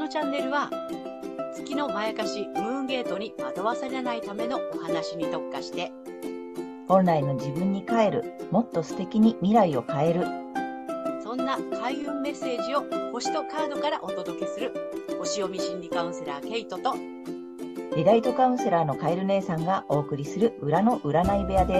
のチャンネルは月のまやかしムーンゲートに惑わされないためのお話に特化して本来の自分に帰る、もっと素敵に未来を変える。 そんな開運メッセージを星とカードからお届けする星読み心理カウンセラーケイトとリライトカウンセラーのカエル姉さんがお送りする裏の占い部屋です。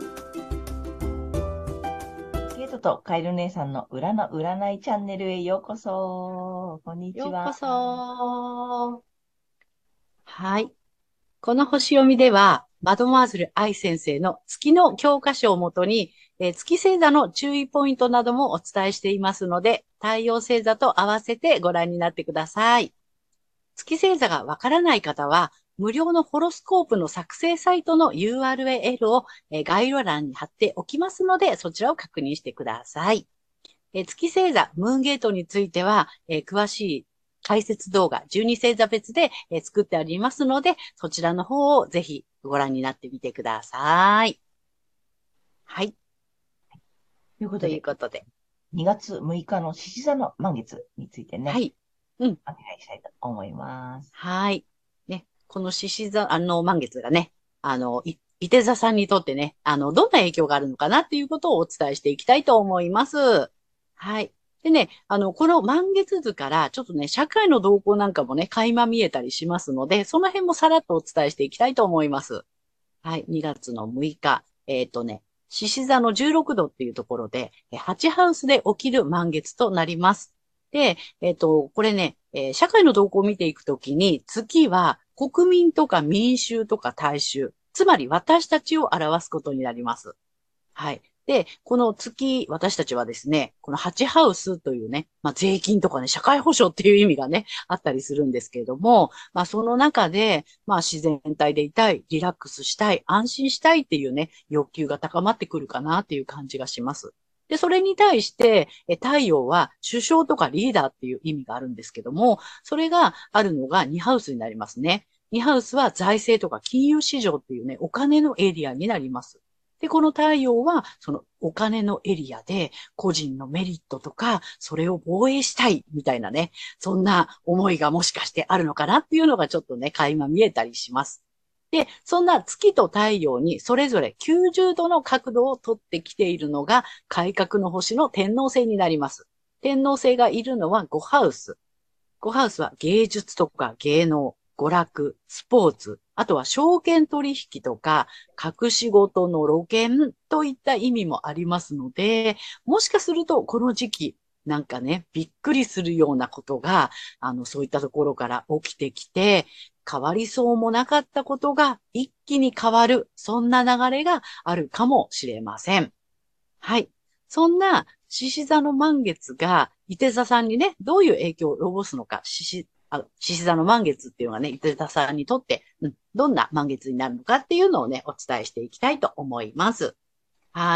ケイトとカエル姉さんの裏の占いチャンネルへようこそ。こんにちは。 ようこそ。はい。この星読みでは、マドモアゼル愛先生の月の教科書をもとに、月星座の注意ポイントなどもお伝えしていますので、太陽星座と合わせてご覧になってください。月星座がわからない方は、無料のホロスコープの作成サイトの URL を概要欄に貼っておきますので、そちらを確認してください。月星座、ムーンゲートについては、詳しい解説動画、12星座別で、作ってありますので、そちらの方をぜひご覧になってみてください。はい。 ということで、2月6日の獅子座の満月についてね、 はい。お願いしたいと思います。 はい。ね、この獅子座、満月がね、いて座さんにとってね、どんな影響があるのかなっていうことをお伝えしていきたいと思います。はい。でね、この満月図からちょっとね、社会の動向なんかもね、垣間見えたりしますので、その辺もさらっとお伝えしていきたいと思います。はい。2月の6日。獅子座の16度っていうところで、8ハウスで起きる満月となります。で、これね、社会の動向を見ていくときに、月は国民とか民衆とか大衆、つまり私たちを表すことになります。はい。で、この月、私たちはですね、この8ハウスというね、税金とかね、社会保障っていう意味がね、あったりするんですけれども、その中で、自然体でいたい、リラックスしたい、安心したいっていうね、欲求が高まってくるかなっていう感じがします。で、それに対して、太陽は首相とかリーダーっていう意味があるんですけども、それがあるのが2ハウスになりますね。2ハウスは財政とか金融市場っていうね、お金のエリアになります。で、この太陽は、そのお金のエリアで、個人のメリットとか、それを防衛したい、みたいなね、そんな思いがもしかしてあるのかなっていうのがちょっとね、垣間見えたりします。で、そんな月と太陽にそれぞれ90度の角度をとってきているのが、改革の星の天王星になります。天王星がいるのは5ハウス。5ハウスは芸術とか芸能、娯楽、スポーツ、あとは証券取引とか、隠し事の露見といった意味もありますので、もしかするとこの時期、なんかね、びっくりするようなことが、そういったところから起きてきて、変わりそうもなかったことが一気に変わる、そんな流れがあるかもしれません。はい。そんな獅子座の満月が、伊手座さんにね、どういう影響を及ぼすのか、獅子座の満月っていうのがね、伊手座さんにとって、どんな満月になるのかっていうのをね、お伝えしていきたいと思います。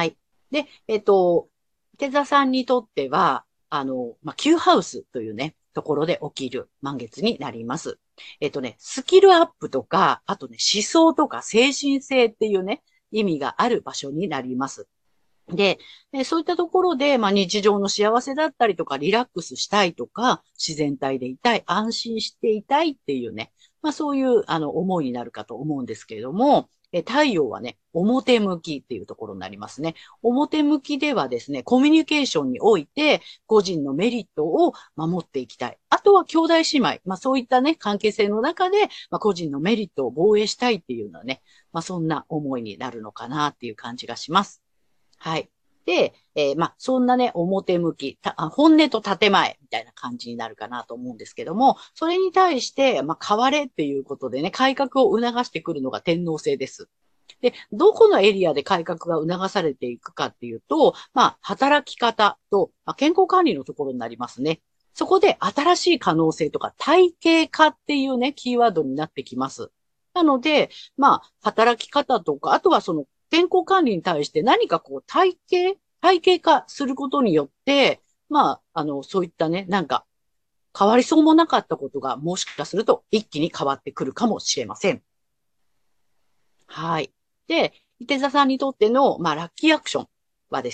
で、伊手座さんにとっては、Q ハウスというね、ところで起きる満月になります。スキルアップとか、あとね、思想とか精神性っていうね、意味がある場所になります。で、そういったところで、日常の幸せだったりとか、リラックスしたいとか、自然体でいたい、安心していたいっていうね、そういう、思いになるかと思うんですけれども、太陽はね、表向きっていうところになりますね。表向きではですね、コミュニケーションにおいて、個人のメリットを守っていきたい。あとは兄弟姉妹、そういったね、関係性の中で、個人のメリットを防衛したいっていうのはね、そんな思いになるのかなっていう感じがします。はい。で、そんなね、表向き、本音と建前みたいな感じになるかなと思うんですけども、それに対して、変われっていうことでね、改革を促してくるのが天皇制です。で、どこのエリアで改革が促されていくかっていうと、働き方と、健康管理のところになりますね。そこで新しい可能性とか体系化っていうね、キーワードになってきます。なので、働き方とか、あとはその健康管理に対して何かこう体系化することによって、そういったね、なんか変わりそうもなかったことがもしかすると一気に変わってくるかもしれません。はい。で、伊手座さんにとっての、ラッキーアクションはですね、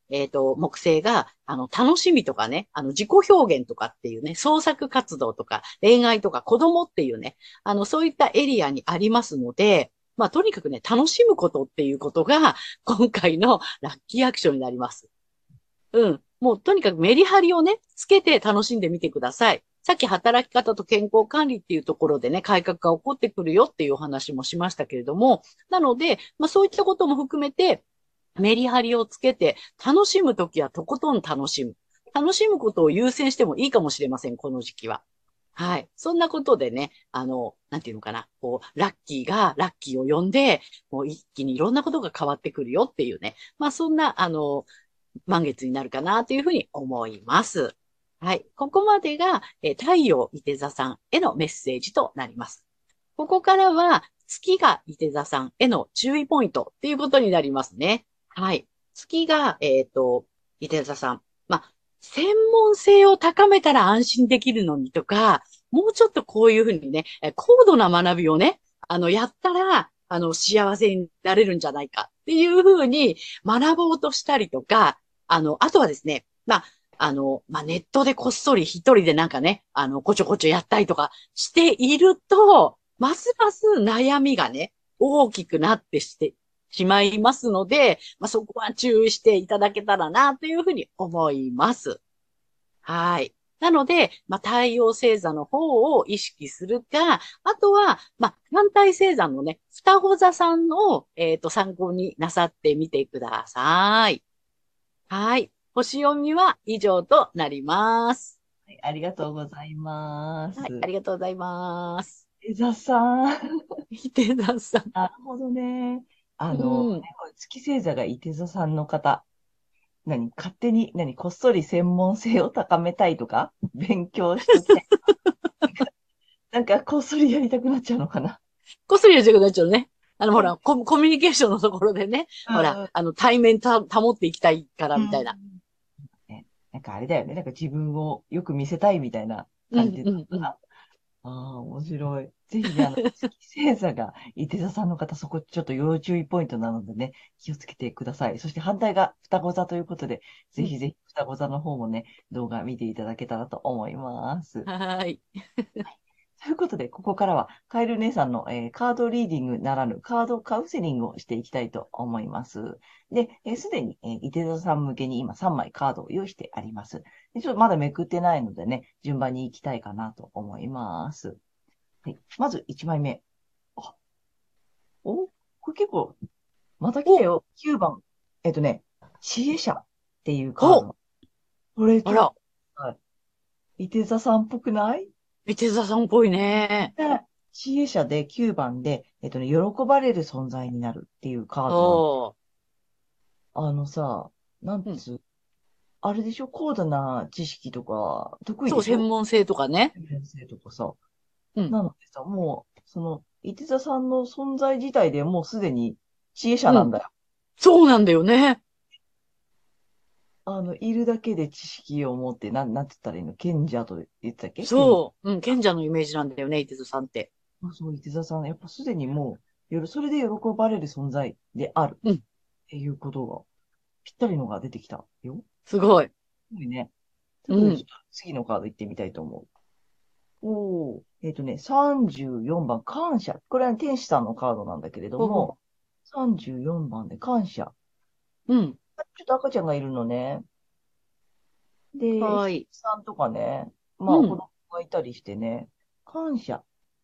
木星が、楽しみとかね、自己表現とかっていうね、創作活動とか、恋愛とか子供っていうね、そういったエリアにありますので、まあ、とにかくね、楽しむことっていうことが、今回のラッキーアクションになります。うん。もうとにかくメリハリをね、つけて楽しんでみてください。さっき働き方と健康管理っていうところでね、改革が起こってくるよっていうお話もしましたけれども、なので、まあそういったことも含めて、メリハリをつけて、楽しむときはとことん楽しむ。楽しむことを優先してもいいかもしれません、この時期は。はい。そんなことでね、なんていうのかな、こう、ラッキーがラッキーを呼んで、もう一気にいろんなことが変わってくるよっていうね。まあそんな、満月になるかなというふうに思います。はい。ここまでが、太陽伊手座さんへのメッセージとなります。ここからは、月が伊手座さんへの注意ポイントっていうことになりますね。はい。月が、伊手座さん。まあ、専門性を高めたら安心できるのにとか、もうちょっとこういうふうにね、高度な学びをね、やったら、幸せになれるんじゃないかっていうふうに学ぼうとしたりとか、あとはですね、まあ、ネットでこっそり一人でなんかね、こちょこちょやったりとかしていると、ますます悩みがね、大きくなってしまいますので、まあ、そこは注意していただけたらな、というふうに思います。はい。なので、まあ、太陽星座の方を意識するか、あとは、まあ、反対星座のね、双子座さんを、参考になさってみてください。はい。星読みは以上となります。 はい、ありがとうございまはい。あす。 りがとうございます。 江田さん。 伊手田さん。 なるほどね。 うん。 これ月星座が伊手座さんの方。勝手に、こっそり専門性を高めたいとか、勉強しときたい。こっそりやりたくなっちゃうのかな。 こっそりやりたくなっちゃうね。ほね。 ら、コミュニケーションのところでね、ほら、 うん。 対面保っていきたいからうみたいな。 ん。ね、あれだよね。自分をよく見せたいみたいなうん、 感じうん、うん。 なのかな。ああ、面白い。ぜひね、月星座が伊手座さんの方、そこちょっと要注意ポイントなのでね、気をつけてください。そして反対が双子座ということで、ぜうんひぜひ双子座の方もね、動画見ていただけたらと思います。 はーい。 ということで、ここからは、カエル姉さんの、カードリーディングならぬカードカウンセリングをしていきたいと思います。で、すでに、伊手座さん向けに今3枚カードを用意してあります。で、ちょっとまだめくってないのでね、順番に行きたいかなと思います。はい。まず1枚目。あ、これ結構、また来たお、 よ。9番。知恵者っていうカーお、 ド。これちょっと、 あら、 はい、伊手座さんっぽくない？ 伊手座さんっぽいね。 ね、知恵者で9番で、喜ばれる存在になるっていうカードなんで、 おー。 あのさ、なんうん。 つう、あれでしょ？高度な知識とか、得意そう、 でしょ？ 専門性とかね。 先生とかさ。 うん。 なのでさ、もう、伊手座さんの存在自体でもうすでに知恵者うん。 なんだよ。 そうなんだよね。 いるだけで知識を持って、なんて言ったらいいの？賢者と言ってたっけ？賢者。 そう。うん、賢者のイメージなんだよね、伊手座さんって。 あ、そう、伊手座さん、やっぱすでにもう、それで喜ばれる存在であるっうん。 ていうことが、ぴったりのが出てきたよ。 すごい。 すごいね。ということで、ちょっうん。 と次のカード行ってみたいと思う。34番、感謝。これは天使さんのカードなんだけれどおも、34番で感謝。 うん。 ちょっと赤ちゃんがいるのね。で、 はーい。 さんとかね、まあ、 うん。 子供がいたりしてね、感謝。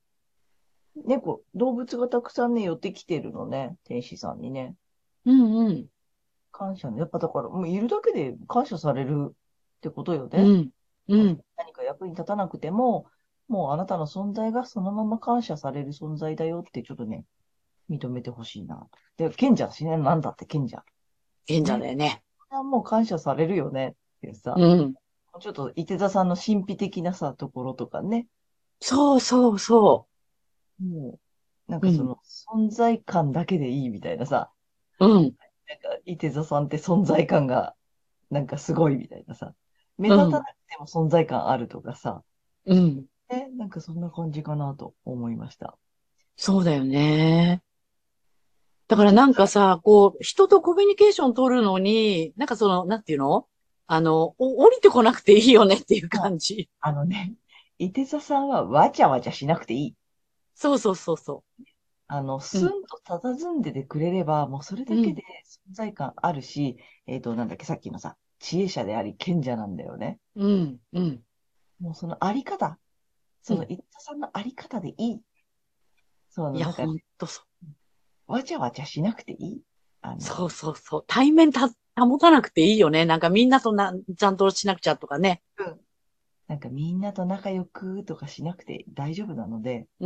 動物がたくさんね、寄ってきてるのね、天使さんにね。 うん、うん。 感謝ね。やっぱだから、もういるだけで感謝されるってことよね。 うん。ううん、 ん。 何か役に立たなくても、もうあなたの存在がそのまま感謝される存在だよってちょっとね、認めてほしいな。で、賢者だしね、なんだって賢者。 賢者ね。 だよね。 これはもう感謝されるよねっていうさ、 うん。 ちょっと伊手座さんの神秘的なさ、ところとかね、 そうそうそもう、 う。うん。 存在感だけでいいみたいなさ、 うん。 伊手座さんって存在感が、すごいみたいなさ、目うん。 立たなくても存在感あるとかさ、 うん。 そんな感じかなと思いました。 そうだよね。 だからなんかさ、こう、人とコミュニケーション取るのに、なんかその、なんていうの降りてこなくていいよねっていうまあ、 感じ。 あのね、伊手座さんはわちゃわちゃしなくていい。 そうそうそうそう。うん、 スンと佇んでてくれれば、もうそれうん、 だけで存在感あるし、なんだっけ、さっきのさ、知恵者であり賢者なんだよね。 うん、うん、 もうそのあり方、そのうん。 伊手座さんのあり方でいい。その、 いや、 なんか、 ほんとそう。 わちゃわちゃしなくていい。 そうそうそう。対面保たなくていいよね。なんかみんなとちゃんとしなくちゃとかね。 うん。なんかみんなと仲良くとかしなくて大丈夫なので、 うん。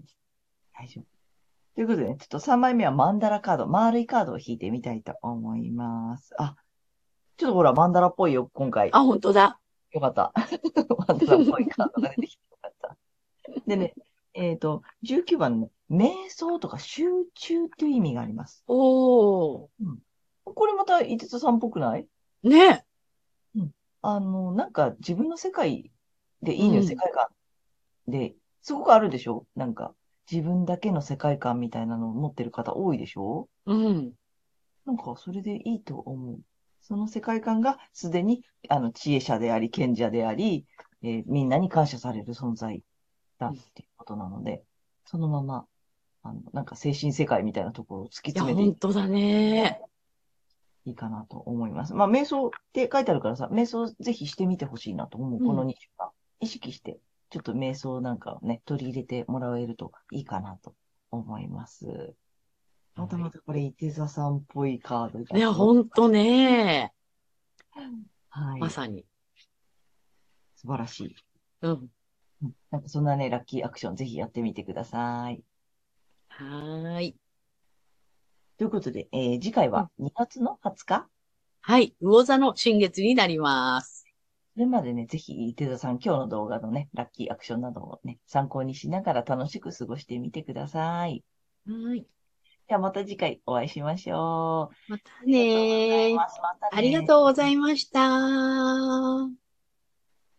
大丈夫。ということでね、ちょっと3枚目はマンダラカード、丸いカードを引いてみたいと思います。あ、ちょっとほら、マンダラっぽいよ、今回。 あ、本当だ。 よかった。マンダラっぽいカードが出てきてよかった。でね、19番ね、瞑想とか集中っていう意味があります。 おー。 うん。これまた、伊手さんっぽくない？ ね。 うん。なんか自分の世界でいいのよ、世うん。 界観で、すごくあるでしょ？なんか、自分だけの世界観みたいなのを持ってる方多いでしょ？ うん。 なんか、それでいいと思う。その世界観がすでに、知恵者であり、賢者であり、みんなに感謝される存在だっていうことなので、そのまま、なんか精神世界みたいなところを突きいや、 詰めてい本当だね。 いかなと思います。まあ、瞑想って書いてあるからさ、瞑想ぜひしてみてほしいなと思う。このうん。 2週間。意識して、ちょっと瞑想なんかをね、取り入れてもらえるといいかなと思います。またはい。 またこれ、伊手座さんっぽいカードいや、 が届き本当ました。 ね。 はい。 まさに。 素晴らしい。 うん。 うん。なんかそんなね、ラッキーアクションぜひやってみてください。 はーい。 ということで、次回はうん。 2月の20日。 はい。魚座の新月になります。 それまでね、ぜひ、手田さん、今日の動画のね、ラッキーアクションなどをね、参考にしながら楽しく過ごしてみてください。 はーい。 ではまた次回お会いしましょう。あまたりがとうございねー。 ます。またありがね。 とうございました。